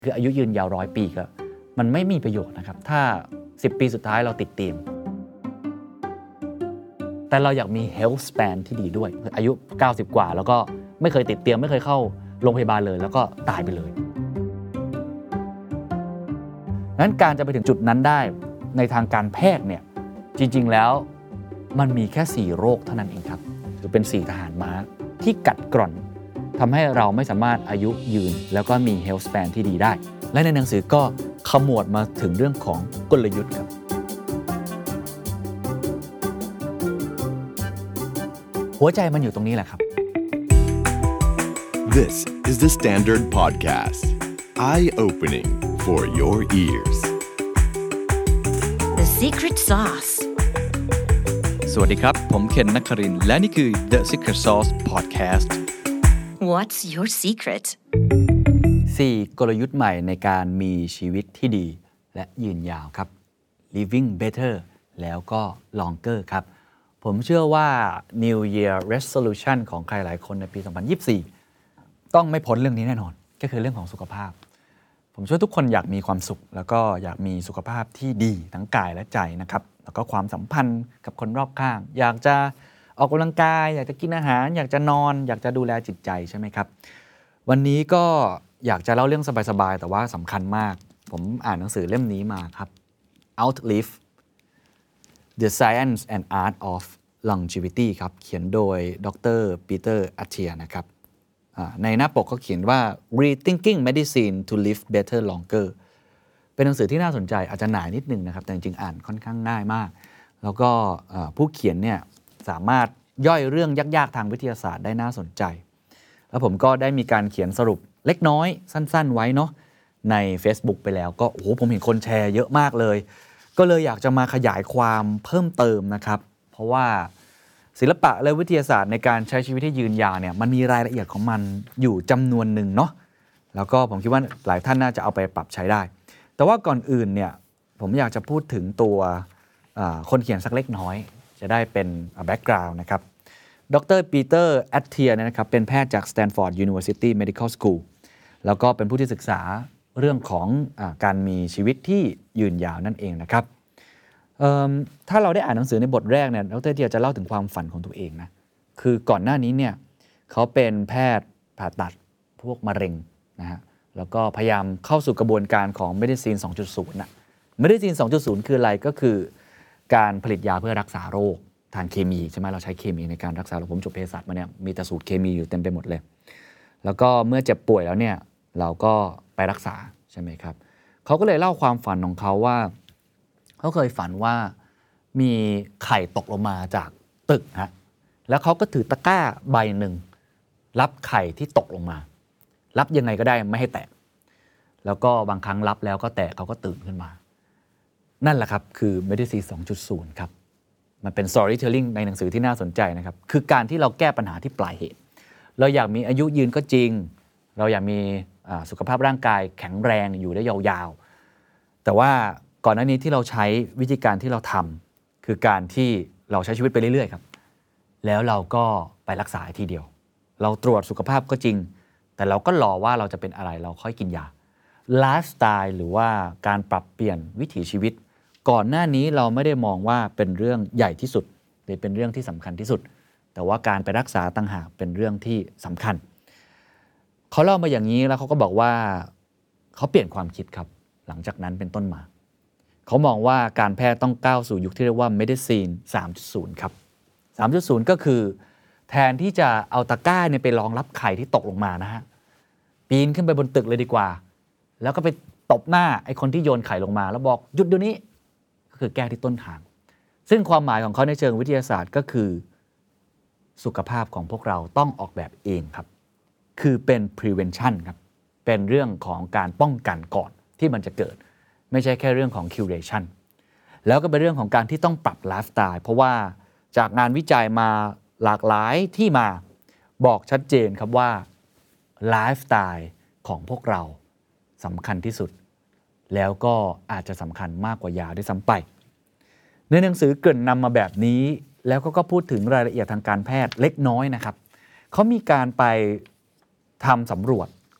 คืออายุยืนยาว100 ปีก็มันไม่มีประโยชน์นะครับถ้า10 ปีสุดท้ายเราติดเตียงแต่เราอยากมี health span ที่ดีด้วยอายุ90 กว่าแล้วก็ไม่เคยติดเตียงไม่เคยเข้าโรงพยาบาลเลยแล้วก็ตายไปเลยงั้นการจะไปถึงจุดนั้นได้ในทางการแพทย์เนี่ยจริงๆแล้วมันมีแค่4โรคเท่านั้นเองครับหรือเป็น4ทหารม้าที่กัดกร่อนทำให้เราไม่สามารถอายุยืนแล้วก็มี health span ที่ดีได้และในหนังสือก็ขมวดมาถึงเรื่องของกลยุทธ์ครับหัวใจมันอยู่ตรงนี้แหละครับ This is the Standard Podcast. Eye-opening for your ears. The Secret Sauce. สวัสดีครับผมเคนนักครินทร์และนี่คือ The Secret Sauce Podcast. What's your secret? 4 กลยุทธ์ใหม่ในการมีชีวิตที่ดีและยืนยาวครับ Living Better แล้วก็ Longer ครับผมเชื่อว่า New Year Resolution ของใครหลายคนในปี 2024 ต้องไม่พ้นเรื่องนี้แน่นอนก็คือเรื่องของสุขภาพผมเชื่อทุกคนอยากมีความสุขแล้วก็อยากมีสุขภาพที่ดีทั้งกายและใจนะครับแล้วก็ความสัมพันธ์กับคนรอบข้างอยากจะออกกำลังกายอยากจะกินอาหารอยากจะนอนอยากจะดูแลจิตใจใช่ไหมครับวันนี้ก็อยากจะเล่าเรื่องสบายๆแต่ว่าสำคัญมากผมอ่านหนังสือเล่มนี้มาครับ Outlive The Science and Art of Longevity ครับเขียนโดยดร. ปีเตอร์อัตเทียนะครับในหน้าปกเขาเขียนว่า Rethinking Medicine to Live Better Longer เป็นหนังสือที่น่าสนใจอาจจะหนานิดนึงนะครับแต่จริงๆอ่านค่อนข้างง่ายมากแล้วก็ผู้เขียนเนี่ยสามารถย่อยเรื่องยากๆทางวิทยาศาสตร์ได้น่าสนใจแล้วผมก็ได้มีการเขียนสรุปเล็กน้อยสั้นๆไว้เนาะใน Facebook ไปแล้วก็โอ้โหผมเห็นคนแชร์เยอะมากเลยก็เลยอยากจะมาขยายความเพิ่มเติมนะครับเพราะว่าศิลปะและวิทยาศาสตร์ในการใช้ชีวิตที่ยืนยาวเนี่ยมันมีรายละเอียดของมันอยู่จำนวนหนึ่งเนาะแล้วก็ผมคิดว่าหลายท่านน่าจะเอาไปปรับใช้ได้แต่ว่าก่อนอื่นเนี่ยผมอยากจะพูดถึงตัวคนเขียนสักเล็กน้อยจะได้เป็นแบ็กกราวน์นะครับดร. ปีเตอร์แอตเทียนะครับเป็นแพทย์จาก Stanford University Medical School แล้วก็เป็นผู้ที่ศึกษาเรื่องของการมีชีวิตที่ยืนยาวนั่นเองนะครับถ้าเราได้อ่านหนังสือในบทแรกเนี่ยดร. เทียจะเล่าถึงความฝันของตัวเองนะคือก่อนหน้านี้เนี่ยเขาเป็นแพทย์ผ่าตัดพวกมะเร็งนะฮะแล้วก็พยายามเข้าสู่กระบวนการของ Medicine 2.0 นะ Medicine 2.0 คืออะไรก็คือการผลิตยาเพื่อรักษาโรคทางเคมีใช่ไหมเราใช้เคมีในการรักษาผมจบเภสัชมาเนี่ยมีแต่สูตรเคมีอยู่เต็มไปหมดเลยแล้วก็เมื่อเจ็บป่วยแล้วเนี่ยเราก็ไปรักษาใช่ไหมครับเขาก็เลยเล่าความฝันของเขาว่าเขาเคยฝันว่ามีไข่ตกลงมาจากตึกฮะแล้วเขาก็ถือตะกร้าใบหนึ่งรับไข่ที่ตกลงมารับยังไงก็ได้ไม่ให้แตกแล้วก็บางครั้งรับแล้วก็แตกเขาก็ตื่นขึ้นมานั่นแหละครับคือ Medicine 2.0 ครับมันเป็น storytelling ในหนังสือที่น่าสนใจนะครับคือการที่เราแก้ปัญหาที่ปลายเหตุเราอยากมีอายุยืนก็จริงเราอยากมีสุขภาพร่างกายแข็งแรงอยู่ได้ยาวๆแต่ว่าก่อนหน้านี้ที่เราใช้วิธีการที่เราทำคือการที่เราใช้ชีวิตไปเรื่อยๆครับแล้วเราก็ไปรักษาทีเดียวเราตรวจสุขภาพก็จริงแต่เราก็รอว่าเราจะเป็นอะไรเราค่อยกินยาไลฟ์สไตล์หรือว่าการปรับเปลี่ยนวิถีชีวิตก่อนหน้านี้เราไม่ได้มองว่าเป็นเรื่องใหญ่ที่สุดหรือเป็นเรื่องที่สำคัญที่สุดแต่ว่าการไปรักษาต่างหากเป็นเรื่องที่สำคัญเขาเล่ามาอย่างนี้แล้วเขาก็บอกว่าเขาเปลี่ยนความคิดครับหลังจากนั้นเป็นต้นมาเขามองว่าการแพทย์ต้องก้าวสู่ยุคที่เรียกว่า Medicine 3.0 ครับ 3.0 ก็คือแทนที่จะเอาตะกร้าเนี่ยไปรองรับไข่ที่ตกลงมานะฮะปีนขึ้นไปบนตึกเลยดีกว่าแล้วก็ไปตบหน้าไอ้คนที่โยนไข่ลงมาแล้วบอกหยุดเดี๋ยวนี้ก็คือแก้ที่ต้นทางซึ่งความหมายของเขาในเชิงวิทยาศาสตร์ก็คือสุขภาพของพวกเราต้องออกแบบเองครับคือเป็น prevention ครับเป็นเรื่องของการป้องกันก่อนที่มันจะเกิดไม่ใช่แค่เรื่องของ curation แล้วก็เป็นเรื่องของการที่ต้องปรับไลฟ์สไตล์เพราะว่าจากงานวิจัยมาหลากหลายที่มาบอกชัดเจนครับว่าไลฟ์สไตล์ของพวกเราสำคัญที่สุดแล้วก็อาจจะสำคัญมากกว่ายาด้วยซ้ำไปในหนังสือเกริ่นนำมาแบบนี้แล้วก็พูดถึงรายละเอียดทางการแพทย์เล็กน้อยนะครับเขามีการไปทำสำรวจ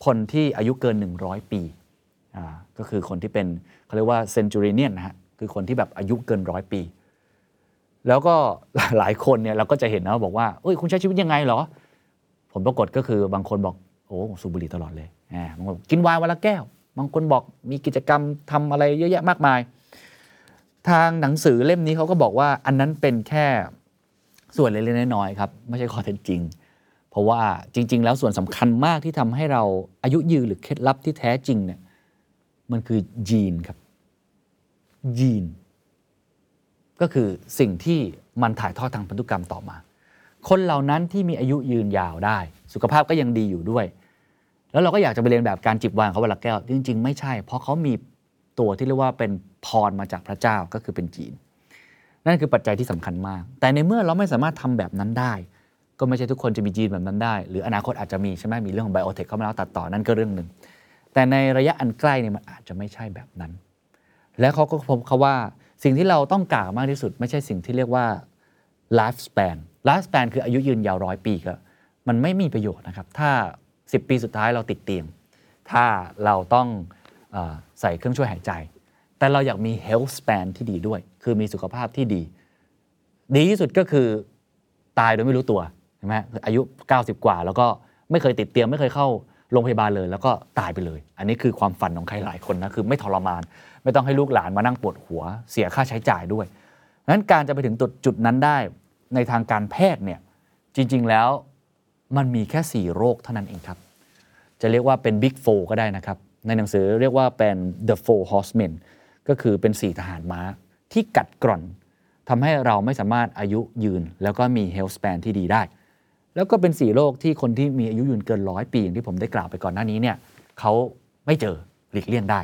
คนที่อายุเกิน100 ปีก็คือคนที่เป็นเขาเรียกว่า centurion นะฮะคือคนที่แบบอายุเกิน100 ปีแล้วก็หลายคนเนี่ยเราก็จะเห็นนะบอกว่าเอ้ยคุณใช้ชีวิตยังไงเหรอผลปรากฏก็คือบางคนบอกโอ้สูบบุหรี่ตลอดเลยบางคนกินไวน์วันละแก้วบางคนบอกมีกิจกรรมทำอะไรเยอะแยะมากมายทางหนังสือเล่มนี้เขาก็บอกว่าอันนั้นเป็นแค่ส่วนเล็กๆน้อยๆครับไม่ใช่ข้อเท็จจริงเพราะว่าจริงๆแล้วส่วนสำคัญมากที่ทำให้เราอายุยืนหรือเคล็ดลับที่แท้จริงเนี่ยมันคือยีนครับยีนก็คือสิ่งที่มันถ่ายทอดทางพันธุกรรมต่อมาคนเหล่านั้นที่มีอายุยืนยาวได้สุขภาพก็ยังดีอยู่ด้วยแล้วเราก็อยากจะไปเรียนแบบการจิบไวน์เขาวันละแก้วจริงๆไม่ใช่เพราะเขามีตัวที่เรียกว่าเป็นพรมาจากพระเจ้าก็คือเป็นจีนนั่นคือปัจจัยที่สำคัญมากแต่ในเมื่อเราไม่สามารถทำแบบนั้นได้ก็ไม่ใช่ทุกคนจะมีจีนแบบนั้นได้หรืออนาคตอาจจะมีใช่ไหมมีเรื่องของไบโอเทคเข้ามาแล้วตัดต่อนั่นก็เรื่องหนึ่งแต่ในระยะอันใกล้เนี่ยมันอาจจะไม่ใช่แบบนั้นและเขาก็พบเขาว่าสิ่งที่เราต้องการมากที่สุดไม่ใช่สิ่งที่เรียกว่า life span คืออายุยืนยาว100 ปีก็มันไม่มีประโยชน์นะครับถ้า10 ปีสุดท้ายเราติดเตียงถ้าเราต้องใส่เครื่องช่วยหายใจแต่เราอยากมี health span ที่ดีด้วยคือมีสุขภาพที่ดีที่สุดก็คือตายโดยไม่รู้ตัวใช่ไหมอายุ90 กว่าแล้วก็ไม่เคยติดเตียงไม่เคยเข้าโรงพยาบาลเลยแล้วก็ตายไปเลยอันนี้คือความฝันของใครหลายคนนะคือไม่ทรมานไม่ต้องให้ลูกหลานมานั่งปวดหัวเสียค่าใช้จ่ายด้วยงั้นการจะไปถึงจุดนั้นได้ในทางการแพทย์เนี่ยจริงๆแล้วมันมีแค่4โรคเท่านั้นเองครับจะเรียกว่าเป็น Big Four ก็ได้นะครับในหนังสือเรียกว่าเป็น The Four Horsemen ก็คือเป็น4ทหารม้าที่กัดกร่อนทำให้เราไม่สามารถอายุยืนแล้วก็มี health span ที่ดีได้แล้วก็เป็น4โรคที่คนที่มีอายุยืนเกิน100 ปีอย่างที่ผมได้กล่าวไปก่อนหน้านี้เนี่ยเขาไม่เจอหลีกเลี่ยงได้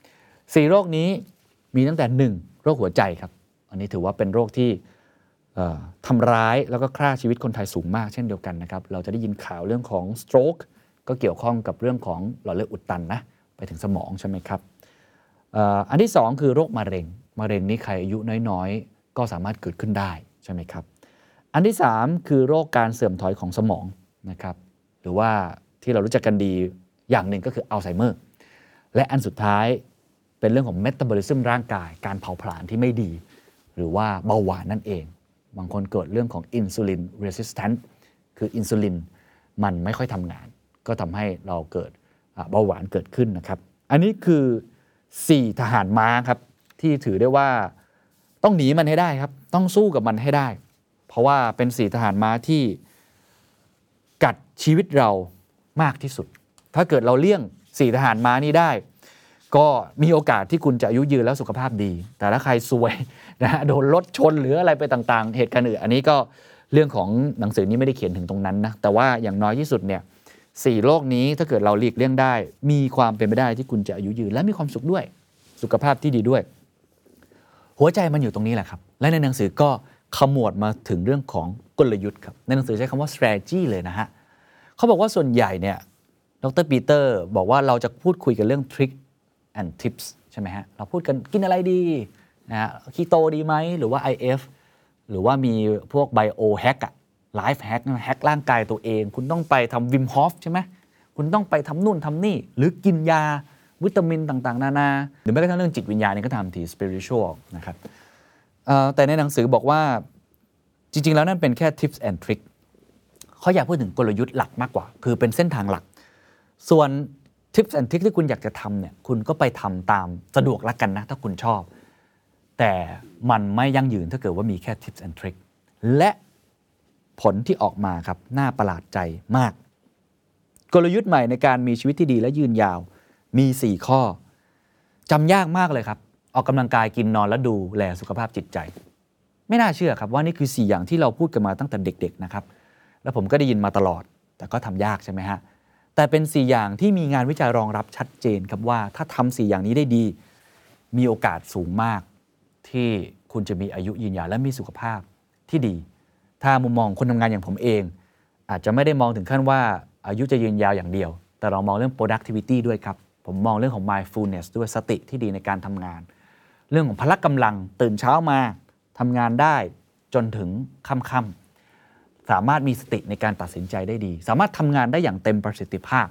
4โรคนี้มีตั้งแต่1โรคหัวใจครับอันนี้ถือว่าเป็นโรคที่ทำร้ายแล้วก็ฆ่าชีวิตคนไทยสูงมากเช่นเดียวกันนะครับเราจะได้ยินข่าวเรื่องของ stroke ก็เกี่ยวข้องกับเรื่องของหลอดเลือดอุดตันนะไปถึงสมองใช่ไหมครับอันที่2คือโรคมะเร็งนี่ใครอายุน้อยๆก็สามารถเกิดขึ้นได้ใช่ไหมครับอันที่3คือโรคการเสื่อมถอยของสมองนะครับหรือว่าที่เรารู้จักกันดีอย่างหนึ่งก็คืออัลไซเมอร์และอันสุดท้ายเป็นเรื่องของเมตาบอลิซึมร่างกายการเผาผลาญที่ไม่ดีหรือว่าเบาหวานนั่นเองบางคนเกิดเรื่องของอินซูลินเรสิสแตนต์คืออินซูลินมันไม่ค่อยทำงานก็ทำให้เราเกิดเบาหวานเกิดขึ้นนะครับอันนี้คือ4ทหารม้าครับที่ถือได้ว่าต้องหนีมันให้ได้ครับต้องสู้กับมันให้ได้เพราะว่าเป็น4ทหารม้าที่กัดชีวิตเรามากที่สุดถ้าเกิดเราเลี่ยง4ทหารม้านี้ได้ก็มีโอกาสที่คุณจะอายุยืนแล้วสุขภาพดีแต่ถ้าใครซวยนะฮะโดนรถชนหรืออะไรไปต่างๆเหตุการณ์อื่นอันนี้ก็เรื่องของหนังสือนี้ไม่ได้เขียนถึงตรงนั้นนะแต่ว่าอย่างน้อยที่สุดเนี่ย4โรคนี้ถ้าเกิดเราหลีกเลี่ยงได้มีความเป็นไปได้ที่คุณจะอายุยืนและมีความสุขด้วยสุขภาพที่ดีด้วยหัวใจมันอยู่ตรงนี้แหละครับและในหนังสือก็ขมวดมาถึงเรื่องของกลยุทธ์ครับในหนังสือใช้คำว่า strategy เลยนะฮะเขาบอกว่าส่วนใหญ่เนี่ยดร.ปีเตอร์บอกว่าเราจะพูดคุยกันเรื่อง trick and tips ใช่ไหมฮะเราพูดกันกินอะไรดีนะฮะคีโตดีไหมหรือว่า IF หรือว่ามีพวก bio hack อะ life hack แฮกร่างกายตัวเองคุณต้องไปทำ Wim Hof ใช่ไหมคุณต้องไปทำนู่นทำนี่หรือกินยาวิตามินต่างๆนานาหรือแม้กระทั่งเรื่องจิตวิญญาณนี่ก็ทำที่ spiritual นะครับแต่ในหนังสือบอกว่าจริงๆแล้วนั่นเป็นแค่ tips and trick เขาอยากพูดถึงกลยุทธ์หลักมากกว่าคือเป็นเส้นทางหลักส่วน tips and trick ที่คุณอยากจะทำเนี่ยคุณก็ไปทำตามสะดวกละกันนะถ้าคุณชอบแต่มันไม่ยั่งยืนถ้าเกิดว่ามีแค่ tips and trick และผลที่ออกมาครับน่าประหลาดใจมากกลยุทธ์ใหม่ในการมีชีวิตที่ดีและยืนยาวมี4ข้อจำยากมากเลยครับออกกำลังกายกินนอนและดูแลสุขภาพจิตใจไม่น่าเชื่อครับว่านี่คือ4อย่างที่เราพูดกันมาตั้งแต่เด็กๆนะครับแล้วผมก็ได้ยินมาตลอดแต่ก็ทำยากใช่ไหมฮะแต่เป็น4อย่างที่มีงานวิจัยรองรับชัดเจนครับว่าถ้าทำ4อย่างนี้ได้ดีมีโอกาสสูงมากที่คุณจะมีอายุยืนยาวและมีสุขภาพที่ดีถ้ามุมมองคนทำงานอย่างผมเองอาจจะไม่ได้มองถึงขั้นว่าอายุจะยืนยาวอย่างเดียวแต่เรามองเรื่อง productivity ด้วยครับผมมองเรื่องของ mindfulness ด้วยสติที่ดีในการทำงานเรื่องของพละกำลังตื่นเช้ามาทำงานได้จนถึงค่ำๆสามารถมีสติในการตัดสินใจได้ดีสามารถทำงานได้อย่างเต็มประสิทธิภาพ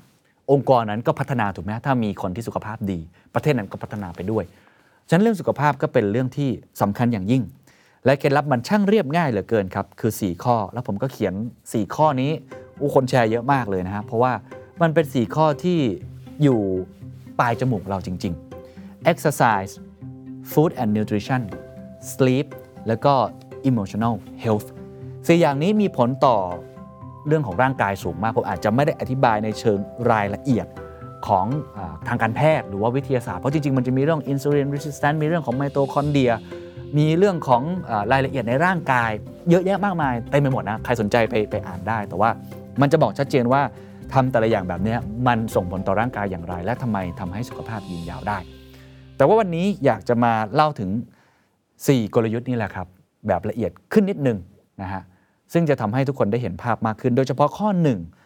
องค์กรนั้นก็พัฒนาถูกไหมถ้ามีคนที่สุขภาพดีประเทศนั้นก็พัฒนาไปด้วยฉะนั้นเรื่องสุขภาพก็เป็นเรื่องที่สำคัญอย่างยิ่งและเคล็ดลับมันช่างเรียบง่ายเหลือเกินครับคือ4ข้อแล้วผมก็เขียน4ข้อนี้คนแชร์เยอะมากเลยนะฮะเพราะว่ามันเป็น4ข้อที่อยู่ปลายจมูกเราจริงๆ exercise food and nutrition sleep แล้วก็ emotional health 4อย่างนี้มีผลต่อเรื่องของร่างกายสูงมากผมอาจจะไม่ได้อธิบายในเชิงรายละเอียดของทางการแพทย์หรือว่าวิทยาศาสตร์เพราะจริงๆมันจะมีเรื่อง insulin resistance มีเรื่องของไมโตคอนเดรียมีเรื่องของรายละเอียดในร่างกายเยอะแยะมากมายเต็มไปหมดนะใครสนใจไปอ่านได้แต่ว่ามันจะบอกชัดเจนว่าทำแต่ละอย่างแบบนี้มันส่งผลต่อร่างกายอย่างไรและทำไมทำให้สุขภาพยืนยาวได้แต่ว่าวันนี้อยากจะมาเล่าถึง4กลยุทธ์นี่แหละครับแบบละเอียดขึ้นนิดนึงนะฮะซึ่งจะทำให้ทุกคนได้เห็นภาพมากขึ้นโดยเฉพาะข้อ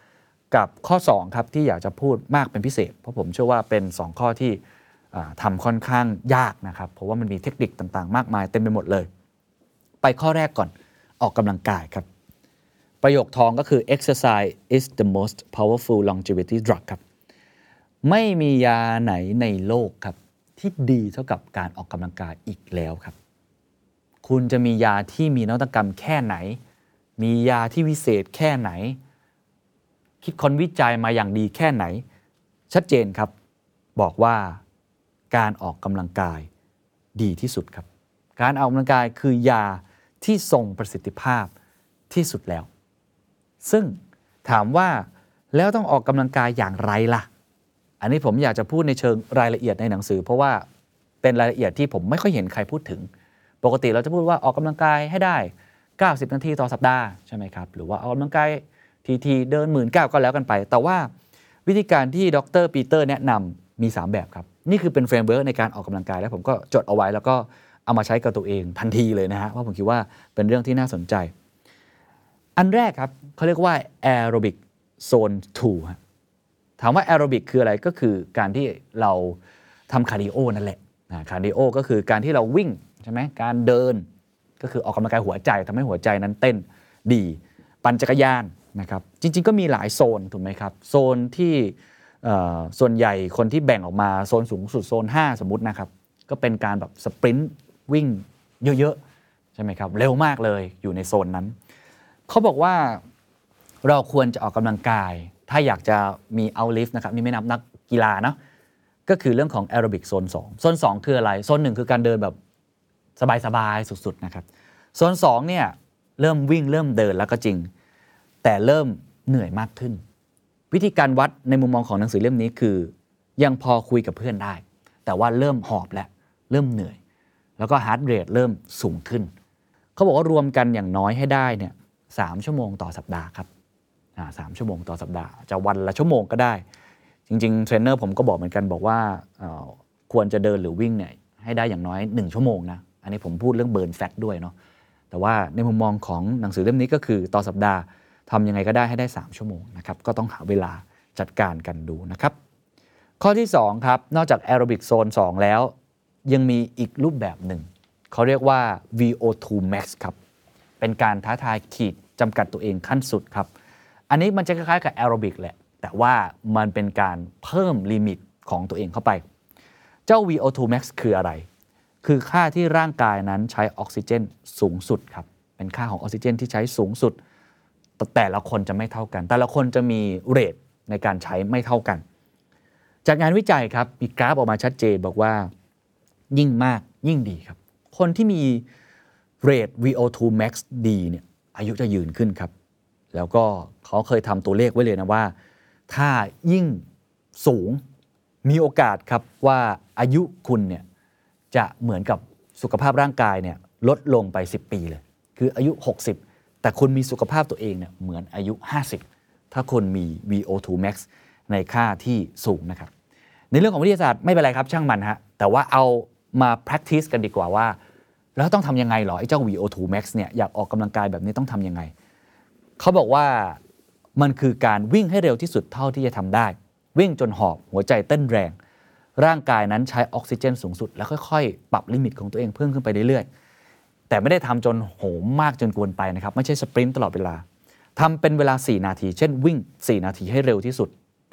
1กับข้อ2ครับที่อยากจะพูดมากเป็นพิเศษเพราะผมเชื่อว่าเป็น2ข้อที่ทำค่อนข้างยากนะครับเพราะว่ามันมีเทคนิคต่างๆมากมายเต็มไปหมดเลยไปข้อแรกก่อนออกกำลังกายครับประโยคทองก็คือ exercise is the most powerful longevity drug ครับไม่มียาไหนในโลกครับที่ดีเท่ากับการออกกำลังกายอีกแล้วครับคุณจะมียาที่มีนวัตกรรมแค่ไหนมียาที่วิเศษแค่ไหนคิดค้นวิจัยมาอย่างดีแค่ไหนชัดเจนครับบอกว่าการออกกำลังกายดีที่สุดครับการออกกำลังกายคือยาที่ทรงประสิทธิภาพที่สุดแล้วซึ่งถามว่าแล้วต้องออกกำลังกายอย่างไรล่ะอันนี้ผมอยากจะพูดในเชิงรายละเอียดในหนังสือเพราะว่าเป็นรายละเอียดที่ผมไม่ค่อยเห็นใครพูดถึงปกติเราจะพูดว่าออกกำลังกายให้ได้90นาทีต่อสัปดาห์ใช่ไหมครับหรือว่าออกกำลังกายทีเดิน 19,000 ก็แล้วกันไปแต่ว่าวิธีการที่ดร.ปีเตอร์แนะนำมี3แบบครับนี่คือเป็นเฟรมเวิร์กในการออกกำลังกายแล้วผมก็จดเอาไว้แล้วก็เอามาใช้กับตัวเองทันทีเลยนะฮะเพราะผมคิดว่าเป็นเรื่องที่น่าสนใจอันแรกครับเขาเรียกว่าแอโรบิกโซน2ฮะถามว่าแอโรบิกคืออะไรก็คือการที่เราทำคาร์ดิโอนั่นแหละคาร์ดิโอก็คือการที่เราวิ่งใช่ไหมการเดินก็คือออกกำลังกายหัวใจทำให้หัวใจนั้นเต้นดีปั่นจักรยานนะครับจริงๆก็มีหลายโซนถูกไหมครับโซนที่ส่วนใหญ่คนที่แบ่งออกมาโซนสูงสุดโซน5สมมุตินะครับก็เป็นการแบบสปรินต์วิ่งเยอะๆใช่ไหมครับเร็วมากเลยอยู่ในโซนนั้นเขาบอกว่าเราควรจะออกกำลังกายถ้าอยากจะมีเอาท์ลิฟต์นะครับนี่ไม่นับนักกีฬานะก็คือเรื่องของแอโรบิกโซน2โซน2คืออะไรโซน1คือการเดินแบบสบายๆสุดๆนะครับโซน2เนี่ยเริ่มวิ่งเริ่มเดินแล้วก็จริงแต่เริ่มเหนื่อยมากขึ้นวิธีการวัดในมุมมองของหนังสือเล่มนี้คือยังพอคุยกับเพื่อนได้แต่ว่าเริ่มหอบแล้วเริ่มเหนื่อยแล้วก็ฮาร์ทเรทเริ่มสูงขึ้นเขาบอกว่ารวมกันอย่างน้อยให้ได้เนี่ย3 ชั่วโมงต่อสัปดาห์ครับ3 ชั่วโมงต่อสัปดาห์จะวันละชั่วโมงก็ได้จริงๆเทรนเนอร์ผมก็บอกเหมือนกันบอกว่าควรจะเดินหรือวิ่งเนี่ยให้ได้อย่างน้อย1 ชั่วโมงนะอันนี้ผมพูดเรื่องเบิร์นแฟตด้วยเนาะแต่ว่าในมุมมองของหนังสือเล่มนี้ก็คือต่อสัปดาห์ทำยังไงก็ได้ให้ได้3 ชั่วโมงนะครับก็ต้องหาเวลาจัดการกันดูนะครับข้อที่2ครับนอกจากแอโรบิกโซน2แล้วยังมีอีกรูปแบบหนึ่งเขาเรียกว่า VO2 max ครับเป็นการท้าทายขีดจำกัดตัวเองขั้นสุดครับอันนี้มันจะคล้ายๆกับแอโรบิกแหละแต่ว่ามันเป็นการเพิ่มลิมิตของตัวเองเข้าไปเจ้า VO2 max คืออะไรคือค่าที่ร่างกายนั้นใช้ออกซิเจนสูงสุดครับเป็นค่าของออกซิเจนที่ใช้สูงสุดแต่ละคนจะไม่เท่ากันแต่ละคนจะมีเรทในการใช้ไม่เท่ากันจากงานวิจัยครับมีกราฟออกมาชัดเจนบอกว่ายิ่งมากยิ่งดีครับคนที่มีเรท VO2 max ดีเนี่ยอายุจะยืนขึ้นครับแล้วก็เขาเคยทำตัวเลขไว้เลยนะว่าถ้ายิ่งสูงมีโอกาสครับว่าอายุคุณเนี่ยจะเหมือนกับสุขภาพร่างกายเนี่ยลดลงไป10 ปีเลยคืออายุ60แต่คุณมีสุขภาพตัวเองเนี่ยเหมือนอายุ50ถ้าคุณมี VO2 max ในค่าที่สูงนะครับในเรื่องของวิทยาศาสตร์ไม่เป็นไรครับช่างมันฮะแต่ว่าเอามา practice กันดีกว่าว่าแล้วต้องทำยังไงหรอไอ้เจ้า VO2 max เนี่ยอยากออกกำลังกายแบบนี้ต้องทำยังไงเขาบอกว่ามันคือการวิ่งให้เร็วที่สุดเท่าที่จะทำได้วิ่งจนหอบหัวใจเต้นแรงร่างกายนั้นใช้ออกซิเจนสูงสุดแล้วค่อยๆปรับลิมิตของตัวเองเพิ่มขึ้นไปเรื่อยๆแต่ไม่ได้ทำจนโหมมากจนกวนไปนะครับไม่ใช่สปรินต์ตลอดเวลาทำเป็นเวลา4 นาทีเช่นวิ่ง4 นาทีให้เร็วที่สุด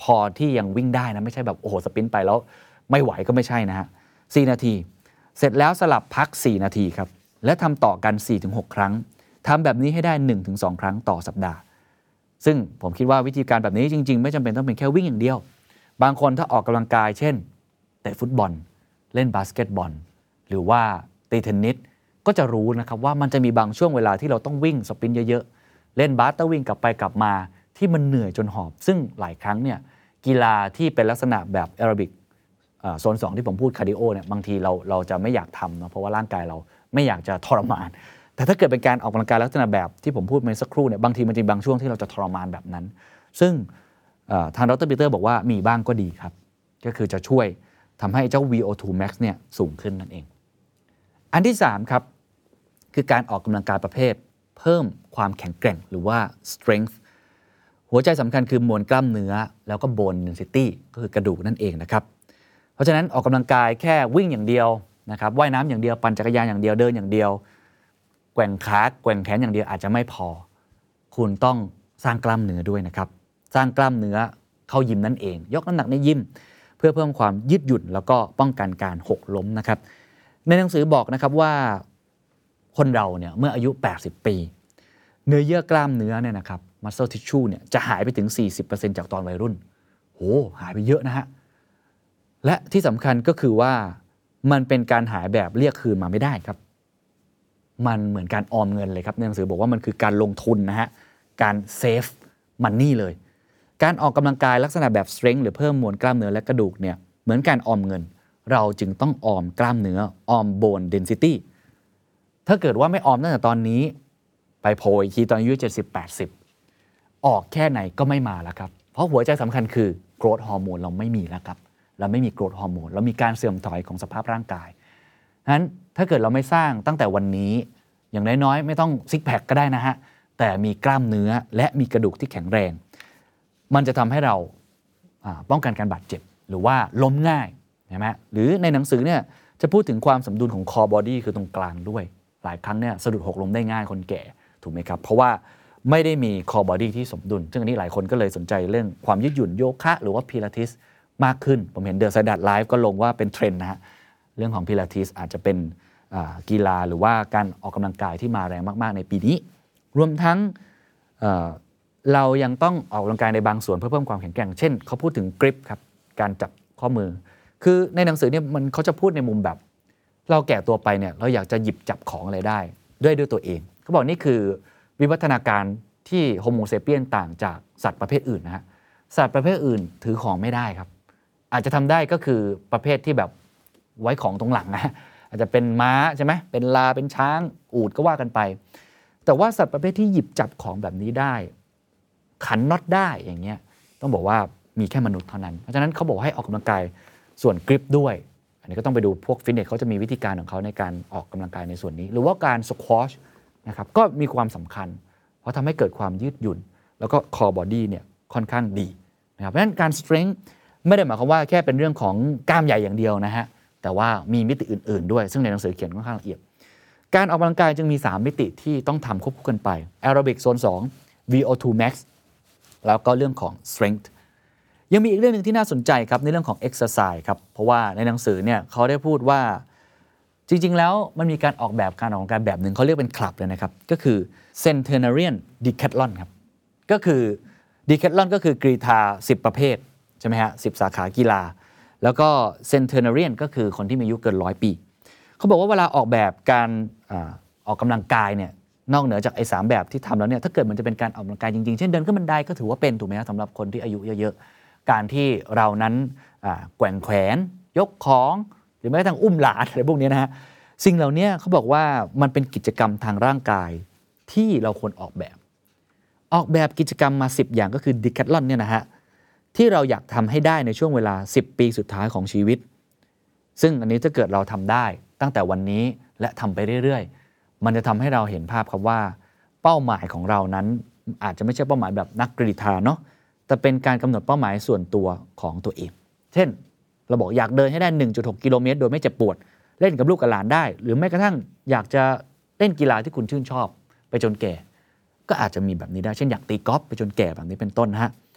พอที่ยังวิ่งได้นะไม่ใช่แบบโอ้โหสปรินต์ไปแล้วไม่ไหวก็ไม่ใช่นะฮะ4 นาทีเสร็จแล้วสลับพัก4 นาทีครับและทำต่อกัน 4-6 ครั้งทำแบบนี้ให้ได้ 1-2 ครั้งต่อสัปดาห์ซึ่งผมคิดว่าวิธีการแบบนี้จริงๆไม่จำเป็นต้องเป็นแค่วิ่งอย่างเดียวบางคนถ้าออกกำลังกายเช่นเตะฟุตบอลเล่นบาสเกตบอลหรือว่าตีเทนนิสก็จะรู้นะครับว่ามันจะมีบางช่วงเวลาที่เราต้องวิ่งสปรินต์เยอะๆเล่นบาสต้องวิ่งกลับไปกลับมาที่มันเหนื่อยจนหอบซึ่งหลายครั้งเนี่ยกีฬาที่เป็นลักษณะแบบแอโรบิกโซน 2ที่ผมพูดคาร์ดิโอเนี่ยบางทีเราจะไม่อยากทำเนาะเพราะว่าร่างกายเราไม่อยากจะทรมานแต่ถ้าเกิดเป็นการออกกำลังกายลักษณะแบบที่ผมพูดมาสักครู่เนี่ยบางทีมันจะบางช่วงที่เราจะทรมานแบบนั้นซึ่งทางดร.ปีเตอร์บอกว่ามีบ้างก็ดีครับก็คือจะช่วยทำให้เจ้า VO2 max เนี่ยสูงขึ้นนั่นเองอันที่3ครับคือการออกกำลังกายประเภทเพิ่มความแข็งแกร่งหรือว่า strength หัวใจสำคัญคือมวลกล้ามเนื้อแล้วก็ bone density ก็คือกระดูกนั่นเองนะครับเพราะฉะนั้นออกกำลังกายแค่วิ่งอย่างเดียวนะครับว่ายน้ำอย่างเดียวปั่นจักรยานอย่างเดียวเดินอย่างเดียวแกว่งขาแกว่งแขนอย่างเดียวอาจจะไม่พอคุณต้องสร้างกล้ามเนื้อด้วยนะครับสร้างกล้ามเนื้อเข้ายิมนั่นเองยกน้ำหนักในยิมเพื่อเพิ่มความยืดหยุ่นแล้วก็ป้องกันการหกล้มนะครับในหนังสือบอกนะครับว่าคนเราเนี่ยเมื่ออายุ80 ปีเนื้อเยื่อกล้ามเนื้อเนี่ยนะครับ muscle tissue เนี่ยจะหายไปถึง 40% จากตอนวัยรุ่นโหหายไปเยอะนะฮะและที่สำคัญก็คือว่ามันเป็นการหายแบบเรียกคืนมาไม่ได้ครับมันเหมือนการออมเงินเลยครับในหนังสือบอกว่ามันคือการลงทุนนะฮะการเซฟมันนี่เลยการออกกำลังกายลักษณะแบบ strength หรือเพิ่มมวลกล้ามเนื้อและกระดูกเนี่ยเหมือนการออมเงินเราจึงต้องออมกล้ามเนื้อออม bone density ถ้าเกิดว่าไม่ออมตั้งแต่ตอนนี้ไปโผล่อีกทีตอนอายุ70-80ออกแค่ไหนก็ไม่มาแล้วครับเพราะหัวใจสำคัญคือ growth hormone เราไม่มีแล้วครับเราไม่มี growth hormone เรามีการเสื่อมถอยของสภาพร่างกายนั้นถ้าเกิดเราไม่สร้างตั้งแต่วันนี้อย่างน้อยๆไม่ต้องซิกแพคก็ได้นะฮะแต่มีกล้ามเนื้อและมีกระดูกที่แข็งแรงมันจะทำให้เราป้องกันการบาดเจ็บหรือว่าล้มง่ายใช่ไหมหรือในหนังสือเนี่ยจะพูดถึงความสมดุลของ core body คือตรงกลางด้วยหลายครั้งเนี่ยสะดุดหกล้มได้ง่ายคนแก่ถูกไหมครับเพราะว่าไม่ได้มี core body ที่สมดุลซึ่งอันนี้หลายคนก็เลยสนใจเรื่องความยืดหยุ่นโยคะหรือว่าพิลาทิสมากขึ้นผมเห็นเดอะสแตนดาร์ดไลฟ์ก็ลงว่าเป็นเทรนด์นะฮะเรื่องของพิลาทิสอาจจะเป็นกีฬาหรือว่าการออกกำลังกายที่มาแรงมากๆในปีนี้รวมทั้งเรายังต้องออกกำลังกายในบางส่วนเพื่อเพิ่มความแข็งแกร่งเช่นเขาพูดถึงกริปครับการจับข้อมือคือในหนังสือเนี่ยมันเขาจะพูดในมุมแบบเราแก่ตัวไปเนี่ยเราอยากจะหยิบจับของอะไรได้ด้วยตัวเองเขาบอกนี่คือวิวัฒนาการที่โฮโมเซเปียนต่างจากสัตว์ประเภทอื่นนะฮะสัตว์ประเภทอื่นถือของไม่ได้ครับอาจจะทำได้ก็คือประเภทที่แบบไว้ของตรงหลังนะอาจจะเป็นม้าใช่ไหมเป็นลาเป็นช้างอูฐก็ว่ากันไปแต่ว่าสัตว์ประเภทที่หยิบจับของแบบนี้ได้ขันน็อตได้อย่างเงี้ยต้องบอกว่ามีแค่มนุษย์เท่านั้นเพราะฉะนั้นเขาบอกให้ออกกำลังกายส่วนกริปด้วยอันนี้ก็ต้องไปดูพวกฟิตเนสเขาจะมีวิธีการของเขาในการออกกำลังกายในส่วนนี้หรือว่าการสควอชนะครับก็มีความสำคัญเพราะทำให้เกิดความยืดหยุ่นแล้วก็ core body เนี่ยค่อนข้างดีนะครับเพราะฉะนั้นการ strength ไม่ได้หมายความว่าแค่เป็นเรื่องของกล้ามใหญ่อย่างเดียวนะฮะแต่ว่ามีมิติอื่นๆด้วยซึ่งในหนังสือเขียนค่อนข้างละเอียดการออกกำลังกายจึงมี3มิติที่ต้องทำควบคู่กันไป aerobic โซน 2 VO2 max แล้วก็เรื่องของ strength ยังมีอีกเรื่องนึงที่น่าสนใจครับในเรื่องของ exercise ครับเพราะว่าในหนังสือเนี่ยเขาได้พูดว่าจริงๆแล้วมันมีการออกแบบการออกกำลังกายแบบหนึ่งเขาเรียกเป็นคลับเลยนะครับก็คือ Centenarian Decathlon ครับก็คือ Decathlon ก็คือกรีฑา10ประเภทใช่ไหมฮะ10สาขากีฬาแล้วก็ Centenarian ก็คือคนที่มีอายุเกิน100 ปีเขาบอกว่าเวลาออกแบบการออกกำลังกายเนี่ยนอกเหนือจากไอ้3แบบที่ทำแล้วเนี่ยถ้าเกิดมันจะเป็นการออกกำลังกายจริงๆเช่นเดินขึ้นบันไดก็ถือว่าเป็นถูกไหมครับสำหรับคนที่อายุเยอะๆการที่เรานั้นแกว่งแขนยกของหรือแม้กระทั่งอุ้มหลานอะไรพวกนี้นะฮะสิ่งเหล่านี้เขาบอกว่ามันเป็นกิจกรรมทางร่างกายที่เราควรออกแบบกิจกรรมมา10อย่างก็คือ Decathlon เนี่ยนะฮะที่เราอยากทำให้ได้ในช่วงเวลา10 ปีสุดท้ายของชีวิตซึ่งอันนี้ถ้าเกิดเราทำได้ตั้งแต่วันนี้และทำไปเรื่อยๆมันจะทำให้เราเห็นภาพครับว่าเป้าหมายของเรานั้นอาจจะไม่ใช่เป้าหมายแบบนักกรีฑาเนาะแต่เป็นการกำหนดเป้าหมายส่วนตัวของตัวเองเช่นเราบอกอยากเดินให้ได้ 1.6 กิโลเมตรโดยไม่เจ็บปวดเล่นกับลูกกับหลานได้หรือแม้กระทั่งอยากจะเล่นกีฬาที่คุณชื่นชอบไปจนแก่ก็อาจจะมีแบบนี้ได้เช่นอยากตีกอล์ฟไปจนแก่แบบนี้เป็นต้นนะฮะ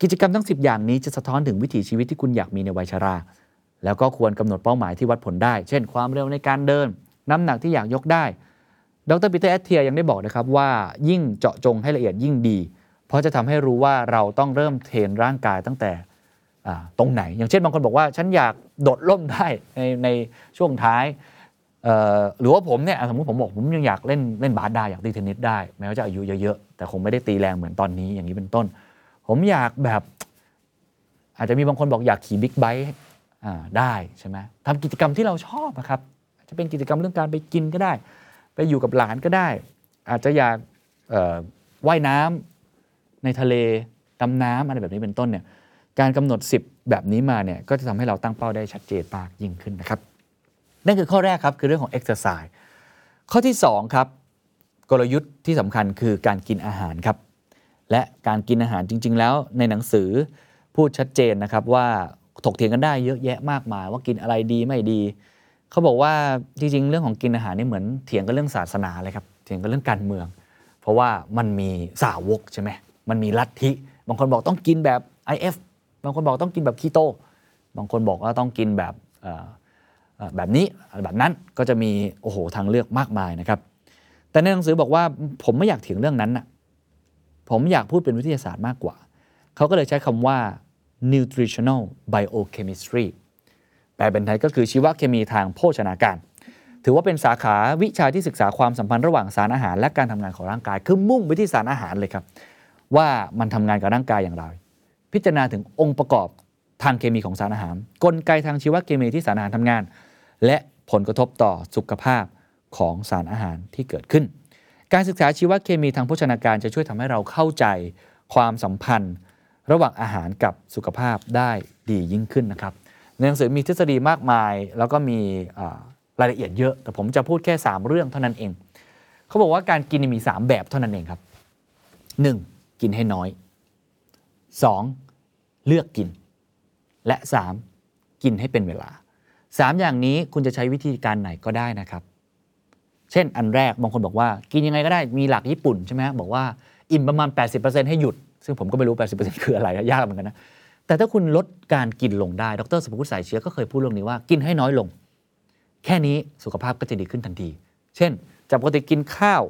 กิจกรรมทั้ง10อย่างนี้จะสะท้อนถึงวิถีชีวิตที่คุณอยากมีในวัยชราแล้วก็ควรกำหนดเป้าหมายที่วัดผลได้เช่นความเร็วในการเดินน้ำหนักที่อยากยกได้ดร.ปีเตอร์ แอตเทียยังได้บอกนะครับว่ายิ่งเจาะจงให้ละเอียดยิ่งดีเพราะจะทำให้รู้ว่าเราต้องเริ่มเทรนร่างกายตั้งแต่ตรงไหนอย่างเช่นบางคนบอกว่าฉันอยากโดดร่มได้ในช่วงท้ายหรือว่าผมเนี่ยสมมติผมบอกผมยังอยากเล่นบาสได้อยากตีเทนนิสได้แม้ว่าจะอายุเยอะๆแต่คงไม่ได้ตีแรงเหมือนตอนนี้อย่างนี้เป็นต้นผมอยากแบบอาจจะมีบางคนบอกอยากขี่บิ๊กไบค์ได้ใช่ไหมทำกิจกรรมที่เราชอบนะครับอาจจะเป็นกิจกรรมเรื่องการไปกินก็ได้ไปอยู่กับหลานก็ได้อาจจะอยากว่ายน้ำในทะเลดำน้ำอะไรแบบนี้เป็นต้นเนี่ยการกำหนด10แบบนี้มาเนี่ยก็จะทำให้เราตั้งเป้าได้ชัดเจนมากยิ่งขึ้นนะครับนั่นคือข้อแรกครับคือเรื่องของ exercise ข้อที่2ครับกลยุทธ์ที่สำคัญคือการกินอาหารครับและการกินอาหารจริงๆแล้วในหนังสือพูดชัดเจนนะครับว่าถกเถียงกันได้เยอะแยะมากมายว่ากินอะไรดีไม่ดีเขาบอกว่าจริงๆเรื่องของกินอาหารนี่เหมือนเถียงกันเรื่องศาสนาเลยครับเถียงกันเรื่องการเมืองเพราะว่ามันมีสาวกใช่ไหมมันมีลัทธิบางคนบอกต้องกินแบบ IF บางคนบอกต้องกินแบบคีโตบางคนบอกว่าต้องกินแบบแบบนี้แบบนั้นก็จะมีโอ้โหทางเลือกมากมายนะครับแต่ในหนังสือบอกว่าผมไม่อยากเถียงเรื่องนั้นนะผมอยากพูดเป็นวิทยาศาสตร์มากกว่าเขาก็เลยใช้คำว่า nutritional biochemistry แปลเป็นไทยก็คือชีวเคมีทางโภชนาการถือว่าเป็นสาขาวิชาที่ศึกษาความสัมพันธ์ระหว่างสารอาหารและการทำงานของร่างกายคือมุ่งไปที่สารอาหารเลยครับว่ามันทำงานกับร่างกายอย่างไรพิจารณาถึงองค์ประกอบทางเคมีของสารอาหารกลไกทางชีวเคมีที่สารอาหารทำงานและผลกระทบต่อสุขภาพของสารอาหารที่เกิดขึ้นการศึกษาชีวเคมีทางโภชนาการจะช่วยทำให้เราเข้าใจความสัมพันธ์ระหว่างอาหารกับสุขภาพได้ดียิ่งขึ้นนะครับในหนังสือมีทฤษฎีมากมายแล้วก็มีรายละเอียดเยอะแต่ผมจะพูดแค่3เรื่องเท่านั้นเองเขาบอกว่าการกินมี3แบบเท่านั้นเองครับ 1. กินให้น้อย 2. เลือกกินและ 3. กินให้เป็นเวลา3อย่างนี้คุณจะใช้วิธีการไหนก็ได้นะครับเช่นอันแรกบางคนบอกว่ากินยังไงก็ได้มีหลักญี่ปุ่นใช่ไหมบอกว่าอิ่มประมาณ 80% ให้หยุดซึ่งผมก็ไม่รู้ 80% คืออะไรยากเหมือนกันนะแต่ถ้าคุณลดการกินลงได้ดร.สุภวุฒิสายเชื้อก็เคยพูดเรื่องนี้ว่ากินให้น้อยลงแค่นี้สุขภาพก็จะดีขึ้นทันทีเช่นจากปกติกินข้าว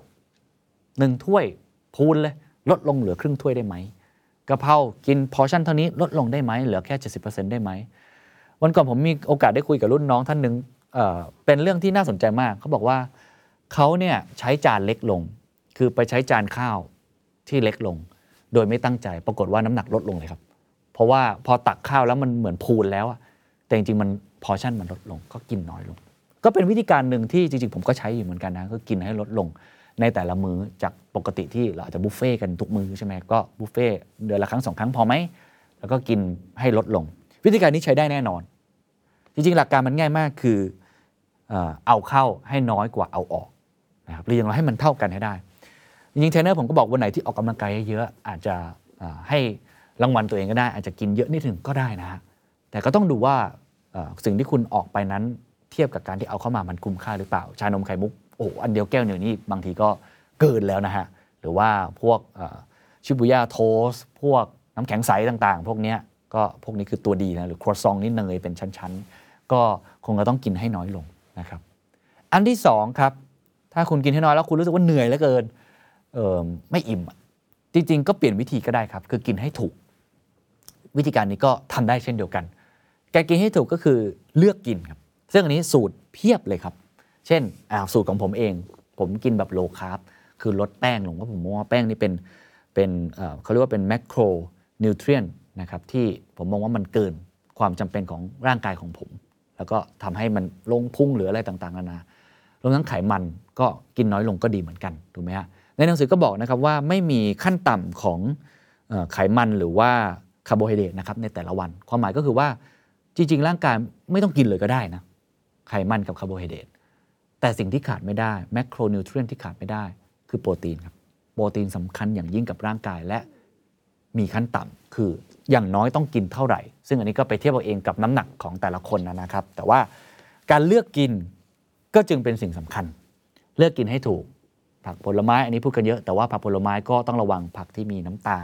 1ถ้วยพูนเลยลดลงเหลือครึ่งถ้วยได้ไหมกะเพรากินพอร์ชั่นเท่านี้ลดลงได้ไหมเหลือแค่ 70% ได้ไหมวันก่อนผมมีโอกาสได้คุยกับรุ่นน้องท่านหนึ่งเป็นเรื่องที่น่าสนใจมากเขาบอกว่าเขาเนี่ยใช้จานเล็กลงคือไปใช้จานข้าวที่เล็กลงโดยไม่ตั้งใจปรากฏว่าน้ำหนักลดลงเลยครับเพราะว่าพอตักข้าวแล้วมันเหมือนพูนแล้วแต่จริงๆมันพอร์ชั่นมันลดลงก็กินน้อยลงก็เป็นวิธีการหนึ่งที่จริงๆผมก็ใช้อยู่เหมือนกันนะก็กินให้ลดลงในแต่ละมื้อจากปกติที่เราอาจจะบุฟเฟ่กันทุกมื้อใช่ไหมก็บุฟเฟ่เดือนละครั้ง2ครั้งพอไหมแล้วก็กินให้ลดลงวิธีการนี้ใช้ได้แน่นอนจริงๆหลักการมันง่ายมากคือเอาเข้าให้น้อยกว่าเอาออกนะครับหรืออย่างไรให้มันเท่ากันให้ได้จริงๆเทรนเนอร์ผมก็บอกวันไหนที่ออกกำลังกายเยอะอาจจะให้รางวัลตัวเองก็ได้อาจจะกินเยอะนิดหนึ่งก็ได้นะฮะแต่ก็ต้องดูว่าสิ่งที่คุณออกไปนั้นเทียบกับการที่เอาเข้ามามันคุ้มค่าหรือเปล่าชานมไข่มุกโอ้อันเดียวแก้วหนึ่งนี่บางทีก็เกินแล้วนะฮะหรือว่าพวกชิบุย่าโทสพวกน้ำแข็งใสต่างๆพวกนี้ก็พวกนี้คือตัวดีนะหรือครัวซองนี่เนยเป็นชั้นๆก็คงจะต้องกินให้น้อยลงนะครับอันที่2ครับถ้าคุณกินให้น้อยแล้วคุณรู้สึกว่าเหนื่อยเหลือเกินไม่อิ่มจริงๆก็เปลี่ยนวิธีก็ได้ครับคือกินให้ถูกวิธีการนี้ก็ทำได้เช่นเดียวกันการกินให้ถูกก็คือเลือกกินครับซึ่งอันนี้สูตรเพียบเลยครับเช่นสูตรของผมเองผมกินแบบโลคาร์บคือลดแป้งลงเพราะผมมองว่าแป้งนี่เป็นเขาเรียกว่าเป็นแมคโครนิวเทรียนนะครับที่ผมมองว่ามันเกินความจำเป็นของร่างกายของผมแล้วก็ทำให้มันลงพุ่งหรืออะไรต่างๆนานารวมทั้งไขมันก็กินน้อยลงก็ดีเหมือนกันถูกไหมฮะในหนังสือก็บอกนะครับว่าไม่มีขั้นต่ำของไขมันหรือว่าคาร์โบไฮเดรตนะครับในแต่ละวันความหมายก็คือว่าจริงๆร่างกายไม่ต้องกินเลยก็ได้นะไขมันกับคาร์โบไฮเดรตแต่สิ่งที่ขาดไม่ได้แมคโครนิวเทรียนที่ขาดไม่ได้คือโปรตีนครับโปรตีนสำคัญอย่างยิ่งกับร่างกายและมีขั้นต่ำคืออย่างน้อยต้องกินเท่าไหร่ซึ่งอันนี้ก็ไปเทียบเอาเองกับน้ำหนักของแต่ละคนนะครับแต่ว่าการเลือกกินก็จึงเป็นสิ่งสำคัญเลือกกินให้ถูกผักผลไม้อันนี้พูดกันเยอะแต่ว่าผักผลไม้ก็ต้องระวังผักที่มีน้ำตาล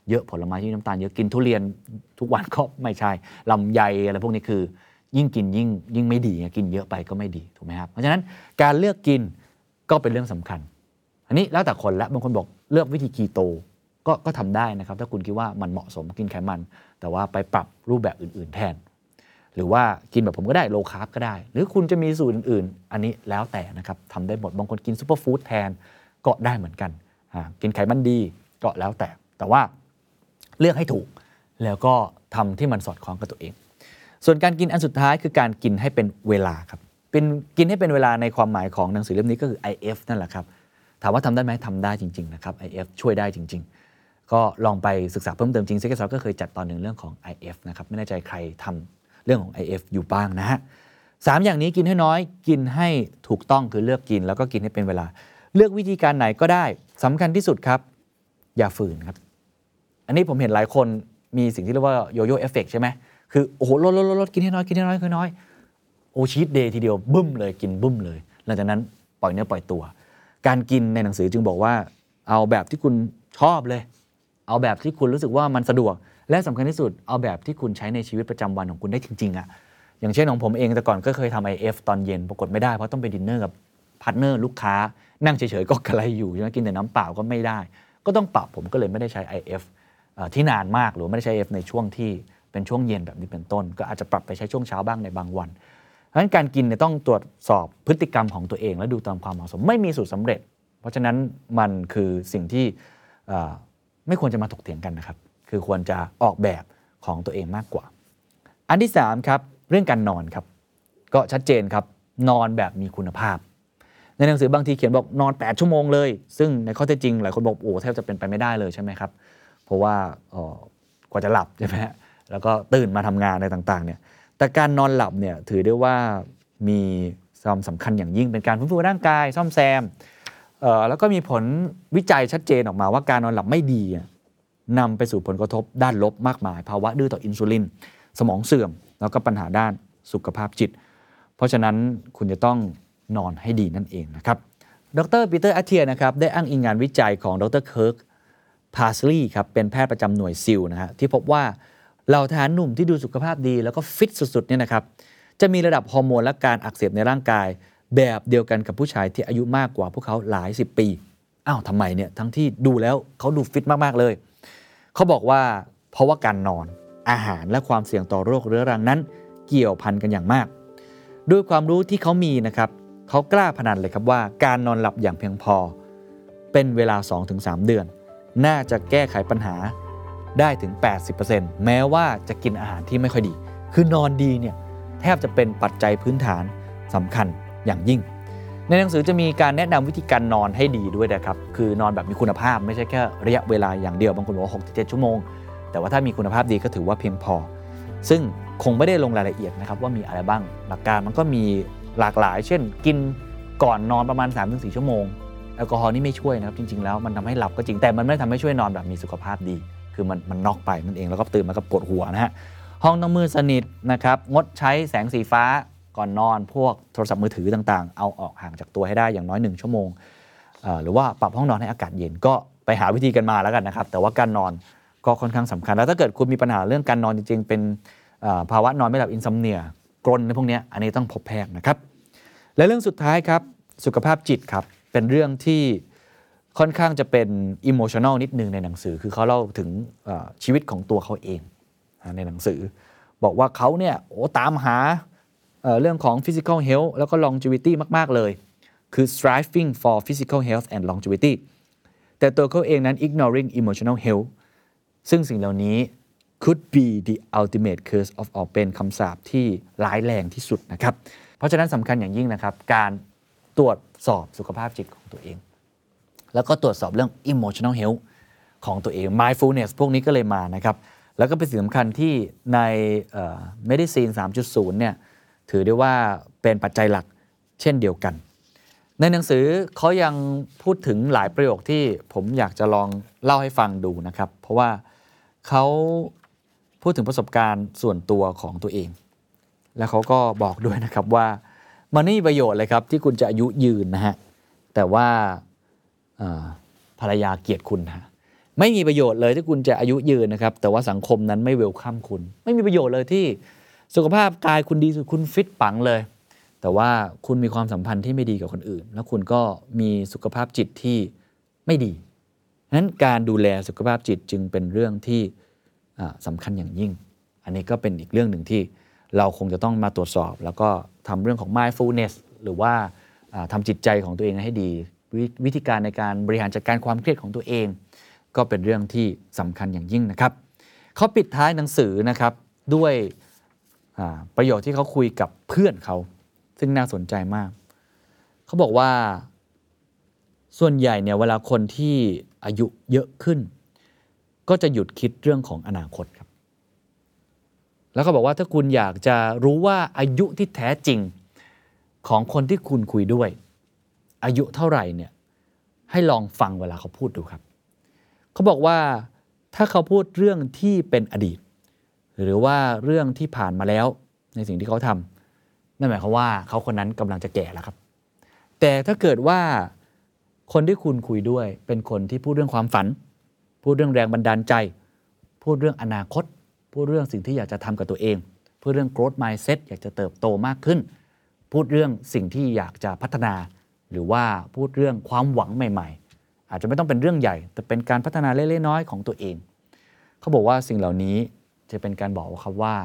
เยอะผลไม้ที่น้ำตาลเยอะกินทุเรียนทุกวันก็ไม่ใช่ลำไยอะไรพวกนี้คือยิ่งกินยิ่งไม่ดีกินเยอะไปก็ไม่ดีถูกไหมครับเพราะฉะนั้นการเลือกกินก็เป็นเรื่องสำคัญอันนี้แล้วแต่คนละบางคนบอกเลือกวิธีคีโตก็ทำได้นะครับถ้าคุณคิดว่ามันเหมาะสมกินไขมันแต่ว่าไปปรับรูปแบบอื่นๆแทนหรือว่ากินแบบผมก็ได้โลคาร์บก็ได้หรือคุณจะมีสูตรอื่นๆอันนี้แล้วแต่นะครับทำได้หมดบางคนกินซูเปอร์ฟู้ดแทนก็ได้เหมือนกันกินไขมันดีก็แล้วแต่ว่าเลือกให้ถูกแล้วก็ทำที่มันสอดคล้องกับตัวเองส่วนการกินอันสุดท้ายคือการกินให้เป็นเวลาครับเป็นกินให้เป็นเวลาในความหมายของหนังสือเล่มนี้ก็คือ IF นั่นแหละครับถามว่าทำได้ไหมทำได้จริงๆนะครับ IF ช่วยได้จริงๆก็ลองไปศึกษาเพิ่มเติมจริงSecret Sauceก็เคยจัดตอนหนึ่งเรื่องของ IF นะครับไม่แน่ใจใครทำเรื่องของ IF อยู่บ้างนะฮะ3อย่างนี้กินให้น้อยกินให้ถูกต้องคือเลือกกินแล้วก็กินให้เป็นเวลาเลือกวิธีการไหนก็ได้สำคัญที่สุดครับอย่าฝืนครับอันนี้ผมเห็นหลายคนมีสิ่งที่เรียกว่าโยโย่เอฟเฟกต์ใช่ไหมคือโอ้โหลดกินให้น้อยโอชีทเดย์ทีเดียวบึ้มเลยกินบึ้มเลยหลังจากนั้นปล่อยเนื้อปล่อยตัวการกินในหนังสือจึงบอกว่าเอาแบบที่คุณชอบเลยเอาแบบที่คุณรู้สึกว่ามันสะดวกและสำคัญที่สุดเอาแบบที่คุณใช้ในชีวิตประจำวันของคุณได้จริงๆอ่ะอย่างเช่นของผมเองแต่ก่อนก็เคยทำ IF ตอนเย็นปรากฏไม่ได้เพราะต้องไปดินเนอร์กับพาร์ทเนอร์ลูกค้านั่งเฉยๆก็กระไรอยู่ใช่ไหมกินแต่น้ำเปล่าก็ไม่ได้ก็ต้องปรับผมก็เลยไม่ได้ใช้ IF ที่นานมากหรือไม่ได้ใช้ IF ในช่วงที่เป็นช่วงเย็นแบบนี้เป็นต้นก็อาจจะปรับไปใช้ช่วงเช้าบ้างในบางวันเพราะฉะนั้นการกินเนี่ยต้องตรวจสอบพฤติกรรมของตัวเองและดูตามความเหมาะสมไม่มีสูตรสำเร็จเพราะฉะนั้นมันคือสิ่งที่ไม่ควรจะมาถกเถียงกันนะครับคือควรจะออกแบบของตัวเองมากกว่าอันที่3ครับเรื่องการนอนครับก็ชัดเจนครับนอนแบบมีคุณภาพในหนังสือบางทีเขียนบอกนอน8ชั่วโมงเลยซึ่งในข้อเท็จจริงหลายคนบอกโอ้แทบจะเป็นไปไม่ได้เลยใช่ไหมครับเพราะว่ากว่าจะหลับใช่ไหมฮะแล้วก็ตื่นมาทำงานอะไรต่างๆเนี่ยแต่การนอนหลับเนี่ยถือได้ว่ามีความสำคัญอย่างยิ่งเป็นการฟื้นฟูร่างกายซ่อมแซมแล้วก็มีผลวิจัยชัดเจนออกมาว่าการนอนหลับไม่ดีนำไปสู่ผลกระทบด้านลบมากมายภาวะดื้อต่ออินซูลินสมองเสื่อมแล้วก็ปัญหาด้านสุขภาพจิตเพราะฉะนั้นคุณจะต้องนอนให้ดีนั่นเองนะครับดร.ปีเตอร์ อัตเทียนะครับได้อ้างอิงงานวิจัยของดร.เคิร์ก พาสลีย์ครับเป็นแพทย์ประจำหน่วยซิลนะฮะที่พบว่าเหล่าทหารหนุ่มที่ดูสุขภาพดีแล้วก็ฟิตสุดๆเนี่ยนะครับจะมีระดับฮอร์โมนและการอักเสบในร่างกายแบบเดียวกันกับผู้ชายที่อายุมากกว่าพวกเขาหลาย10ปีอ้าวทำไมเนี่ยทั้งที่ดูแล้วเขาดูฟิตมากๆเลยเขาบอกว่าเพราะว่าการนอนอาหารและความเสี่ยงต่อโรคเรื้อรังนั้นเกี่ยวพันกันอย่างมากด้วยความรู้ที่เขามีนะครับเขากล้าพนันเลยครับว่าการนอนหลับอย่างเพียงพอเป็นเวลา 2-3 เดือนน่าจะแก้ไขปัญหาได้ถึง 80% แม้ว่าจะกินอาหารที่ไม่ค่อยดีคือนอนดีเนี่ยแทบจะเป็นปัจจัยพื้นฐานสำคัญอย่างยิ่งในหนังสือจะมีการแนะนำวิธีการนอนให้ดีด้วยนะครับคือนอนแบบมีคุณภาพไม่ใช่แค่ระยะเวลาอย่างเดียวบางคนบอกว่า 6-7 ชั่วโมงแต่ว่าถ้ามีคุณภาพดีก็ถือว่าเพียงพอซึ่งคงไม่ได้ลงรายละเอียดนะครับว่ามีอะไรบ้างหลักการมันก็มีหลากหลายเช่นกินก่อนนอนประมาณ 3-4 ชั่วโมงแอลกอฮอล์นี่ไม่ช่วยนะครับจริงๆแล้วมันทำให้หลับก็จริงแต่มันไม่ทำให้ช่วยนอนแบบมีสุขภาพดีคือมันน็อกไปนั่นเองแล้วก็ตื่นมาก็ปวดหัวนะฮะห้องต้องมืดสนิทนะครับงดใช้แสงสีฟ้าก่อนนอนพวกโทรศัพท์มือถือต่างๆเอาออกห่างจากตัวให้ได้อย่างน้อย1ชั่วโมงหรือว่าปรับห้องนอนให้อากาศเย็นก็ไปหาวิธีกันมาแล้วกันนะครับแต่ว่าการนอนก็ค่อนข้างสำคัญแล้วถ้าเกิดคุณมีปัญหาเรื่องการนอนจริงๆเป็นภาวะนอนไม่หลับอินซัมเนียกรนในพวกนี้อันนี้ต้องพบแพทย์นะครับและเรื่องสุดท้ายครับสุขภาพจิตครับเป็นเรื่องที่ค่อนข้างจะเป็นอิโมชัน a ลนิดนึงในหนังสือคือเขาเล่าถึงชีวิตของตัวเขาเองในหนังสือบอกว่าเขาเนี่ยตามหาเรื่องของ physical health แล้วก็ longevity มากๆเลยคือ striving for physical health and longevity แต่ตัวเขาเองนั้น ignoring emotional health ซึ่งสิ่งเหล่านี้ could be the ultimate curse of all เป็นคำสาปที่ร้ายแรงที่สุดนะครับเพราะฉะนั้นสำคัญอย่างยิ่งนะครับการตรวจสอบสุขภาพจิตของตัวเองแล้วก็ตรวจสอบเรื่อง emotional health ของตัวเอง mindfulness พวกนี้ก็เลยมานะครับแล้วก็เป็นสิ่งสำคัญที่ในmedicine 3.0 เนี่ยถือได้ว่าเป็นปัจจัยหลักเช่นเดียวกันในหนังสือเขายังพูดถึงหลายประโยคที่ผมอยากจะลองเล่าให้ฟังดูนะครับเพราะว่าเขาพูดถึงประสบการณ์ส่วนตัวของตัวเองแล้วเขาก็บอกด้วยนะครับว่ามันไม่มีประโยชน์เลยครับที่คุณจะอายุยืนนะฮะแต่ว่าภรรยาเกลียดคุณนะไม่มีประโยชน์เลยที่คุณจะอายุยืนนะครับแต่ว่าสังคมนั้นไม่เวลคัมคุณไม่มีประโยชน์เลยที่สุขภาพกายคุณดีสุดคุณฟิตปังเลยแต่ว่าคุณมีความสัมพันธ์ที่ไม่ดีกับคนอื่นแล้วคุณก็มีสุขภาพจิตที่ไม่ดีนั้นการดูแลสุขภาพจิตจึงเป็นเรื่องที่สำคัญอย่างยิ่งอันนี้ก็เป็นอีกเรื่องหนึ่งที่เราคงจะต้องมาตรวจสอบแล้วก็ทำเรื่องของ mindfulness หรือว่าทำจิตใจของตัวเองให้ดีวิธีการในการบริหารจัดการความเครียดของตัวเองก็เป็นเรื่องที่สำคัญอย่างยิ่งนะครับเขาปิดท้ายหนังสือนะครับด้วยประโยคที่เขาคุยกับเพื่อนเขาซึ่งน่าสนใจมากเขาบอกว่าส่วนใหญ่เนี่ยเวลาคนที่อายุเยอะขึ้นก็จะหยุดคิดเรื่องของอนาคตครับแล้วเขาบอกว่าถ้าคุณอยากจะรู้ว่าอายุที่แท้จริงของคนที่คุณคุยด้วยอายุเท่าไหร่เนี่ยให้ลองฟังเวลาเขาพูดดูครับเขาบอกว่าถ้าเขาพูดเรื่องที่เป็นอดีตหรือว่าเรื่องที่ผ่านมาแล้วในสิ่งที่เขาทำนั่นหมายความว่าเขาคนนั้นกำลังจะแก่แล้วครับแต่ถ้าเกิดว่าคนที่คุณคุยด้วยเป็นคนที่พูดเรื่องความฝันพูดเรื่องแรงบันดาลใจพูดเรื่องอนาคตพูดเรื่องสิ่งที่อยากจะทำกับตัวเองพูดเรื่อง growth mindset อยากจะเติบโตมากขึ้นพูดเรื่องสิ่งที่อยากจะพัฒนาหรือว่าพูดเรื่องความหวังใหม่ๆอาจจะไม่ต้องเป็นเรื่องใหญ่แต่เป็นการพัฒนาเล็กๆน้อยๆของตัวเองเขาบอกว่าสิ่งเหล่านี้จะเป็นการบอกครับว่า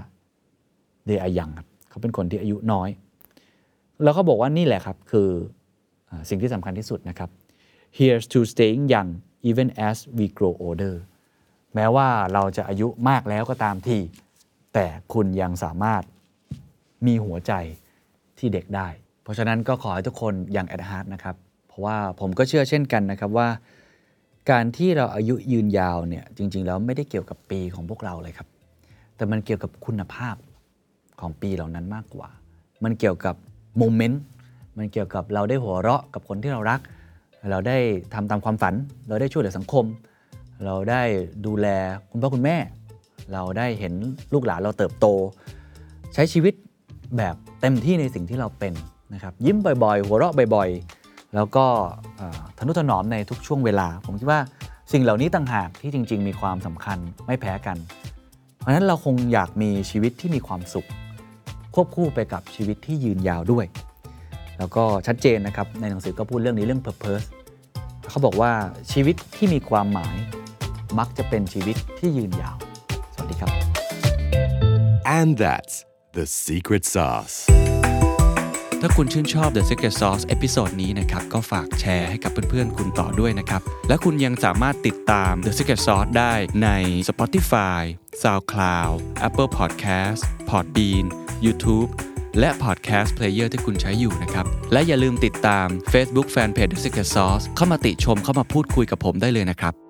they are young ครับเขาเป็นคนที่อายุน้อยแล้วเขาบอกว่านี่แหละครับคือสิ่งที่สำคัญที่สุดนะครับ here's to staying young even as we grow older แม้ว่าเราจะอายุมากแล้วก็ตามทีแต่คุณยังสามารถมีหัวใจที่เด็กได้เพราะฉะนั้นก็ขอให้ทุกคนยัง at heart นะครับเพราะว่าผมก็เชื่อเช่นกันนะครับว่าการที่เราอายุยืนยาวเนี่ยจริงๆแล้วไม่ได้เกี่ยวกับปีของพวกเราเลยครับแต่มันเกี่ยวกับคุณภาพของปีเหล่านั้นมากกว่ามันเกี่ยวกับโมเมนต์มันเกี่ยวกับเราได้หัวเราะกับคนที่เรารักเราได้ทำตามความฝันเราได้ช่วยเหลือสังคมเราได้ดูแลคุณพ่อคุณแม่เราได้เห็นลูกหลานเราเติบโตใช้ชีวิตแบบเต็มที่ในสิ่งที่เราเป็นนะครับยิ้มบ่อยๆหัวเราะบ่อยๆแล้วก็ทนุถนอมในทุกช่วงเวลาผมคิดว่าสิ่งเหล่านี้ต่างหากที่จริงๆมีความสำคัญไม่แพ้กันเพราะฉะนั้นเราคงอยากมีชีวิตที่มีความสุขควบคู่ไปกับชีวิตที่ยืนยาวด้วยแล้วก็ชัดเจนนะครับในหนังสือก็พูดเรื่องนี้เรื่อง purpose เขาบอกว่าชีวิตที่มีความหมายมักจะเป็นชีวิตที่ยืนยาวสวัสดีครับ And that's the secret sauce. ถ้าคุณชื่นชอบ The Secret Sauce เอพิโซดนี้นะครับก็ฝากแชร์ให้กับเพื่อนๆคุณต่อด้วยนะครับและคุณยังสามารถติดตาม The Secret Sauce ได้ใน Spotify, SoundCloud, Apple Podcast, Podbean, YouTube และ Podcast Player ที่คุณใช้อยู่นะครับและอย่าลืมติดตาม Facebook Fanpage The Secret Sauce เข้ามาติชมเข้ามาพูดคุยกับผมได้เลยนะครับ